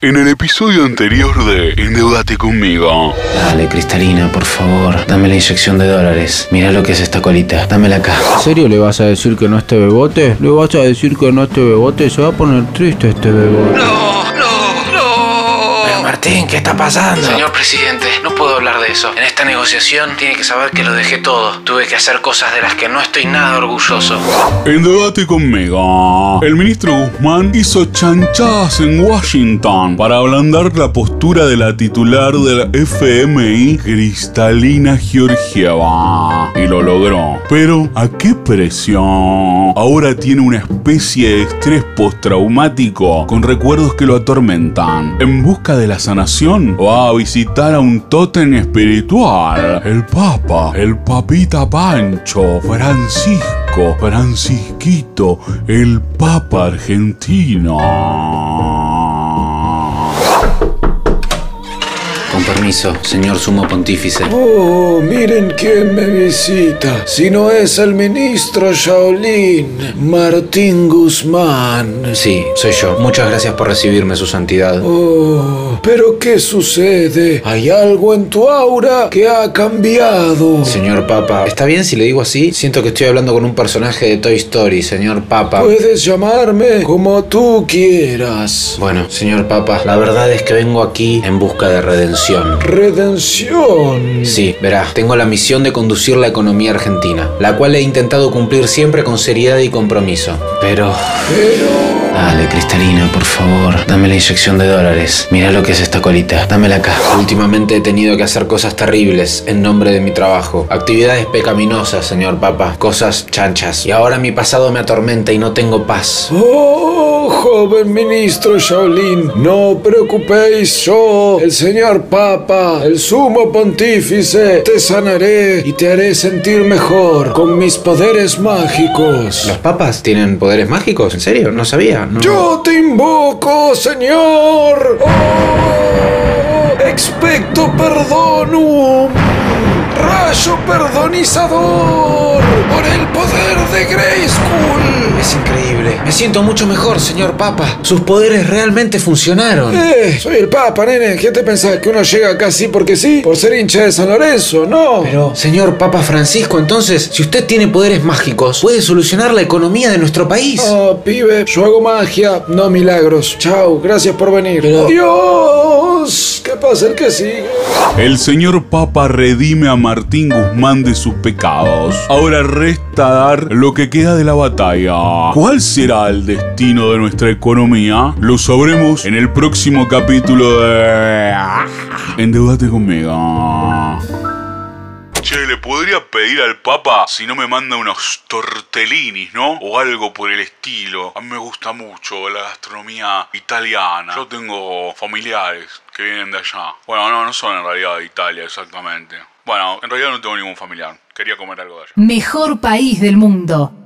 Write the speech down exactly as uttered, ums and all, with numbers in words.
En el episodio anterior de Endeudate conmigo. Dale, Cristalina, por favor, dame la inyección de dólares. Mirá lo que es esta colita, dámela acá. ¿En serio le vas a decir que no este bebote? ¿Le vas a decir que no este bebote? Se va a poner triste este bebote. No, no, no. Pero Martín, ¿qué está pasando? Señor presidente, no puedo hablar de eso. En esta negociación tiene que saber que lo dejé todo. Tuve que hacer cosas de las que no estoy nada orgulloso. Endeudate conmigo. El ministro Guzmán hizo chanchadas en Washington para ablandar la postura de la titular de la F M I, Cristalina Georgieva. Y lo logró. Pero, ¿a qué precio? Ahora tiene una especie de estrés postraumático con recuerdos que lo atormentan. En busca de la sanación, va a visitar a un tótem espiritual. El Papa, el Papita Pancho, Francisco, Francisquito, el Papa argentino. Con permiso, señor sumo pontífice. Oh, miren quién me visita. Si no es el ministro Shaolin, Martín Guzmán. Sí, soy yo. Muchas gracias por recibirme, su santidad. Oh, pero ¿qué sucede? Hay algo en tu aura que ha cambiado. Señor Papa, ¿está bien si le digo así? Siento que estoy hablando con un personaje de Toy Story, señor Papa. Puedes llamarme como tú quieras. Bueno, señor Papa, la verdad es que vengo aquí en busca de redención. ¿Redención? Sí, verá, tengo la misión de conducir la economía argentina, la cual he intentado cumplir siempre con seriedad y compromiso. Pero... Pero... Dale, Cristalina, por favor, dame la inyección de dólares. Mirá lo que es esta colita, dámela acá. Últimamente he tenido que hacer cosas terribles en nombre de mi trabajo. Actividades pecaminosas, señor Papa, cosas chanchas. Y ahora mi pasado me atormenta y no tengo paz. Oh, joven ministro Shaolin, no preocupéis, yo, el señor Papa, el sumo pontífice, te sanaré y te haré sentir mejor con mis poderes mágicos. ¿Los papas tienen poderes mágicos? ¿En serio? No sabía. No. Yo te invoco, señor. Oh, expecto perdonum. Rayo perdonizador por el poder de Grayskull. Es increíble. Me siento mucho mejor, señor Papa. Sus poderes realmente funcionaron. Eh, soy el Papa, nene. ¿Qué te pensás? ¿Que uno llega acá así porque sí? ¿Por ser hincha de San Lorenzo? No. Pero, señor Papa Francisco, entonces, si usted tiene poderes mágicos, puede solucionar la economía de nuestro país. Oh, pibe, yo hago magia, no milagros. Chao, gracias por venir. Pero... Dios, ¿qué pasa? El que sigue. El señor Papa redime a Martín Guzmán de sus pecados. Ahora resta dar lo que queda de la batalla. ¿Cuál será el destino de nuestra economía? Lo sabremos en el próximo capítulo de... Endeudate conmigo. Che, le podría pedir al Papa si no me manda unos tortellinis, ¿no? O algo por el estilo. A mí me gusta mucho la gastronomía italiana. Yo tengo familiares que vienen de allá. Bueno, no, no son en realidad de Italia exactamente. Bueno, en realidad no tengo ningún familiar. Quería comer algo de allá. Mejor país del mundo.